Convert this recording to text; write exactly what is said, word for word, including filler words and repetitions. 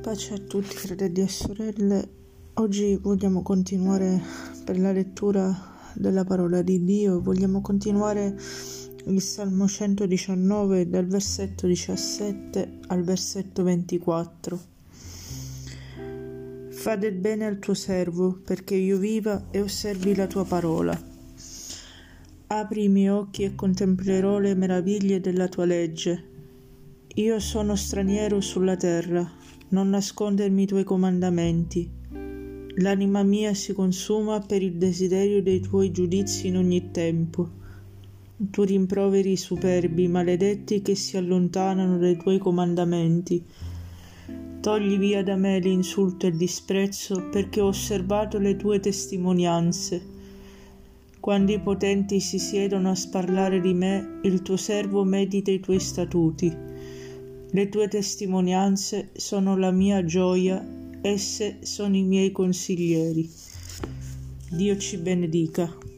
Pace a tutti, fratelli e sorelle. Oggi vogliamo continuare per la lettura della parola di Dio. Vogliamo continuare il Salmo centodiciannove dal versetto diciassette al versetto ventiquattro. Fa del bene al tuo servo, perché io viva e osservi la tua parola. Apri i miei occhi e contemplerò le meraviglie della tua legge. Io sono straniero sulla terra, non nascondermi i tuoi comandamenti. L'anima mia si consuma per il desiderio dei tuoi giudizi in ogni tempo. Tu rimproveri i superbi, maledetti che si allontanano dai tuoi comandamenti. Togli via da me l'insulto e il disprezzo, perché ho osservato le tue testimonianze. Quando i potenti si siedono a sparlare di me, il tuo servo medita i tuoi statuti. Le tue testimonianze sono la mia gioia, esse sono i miei consiglieri. Dio ci benedica.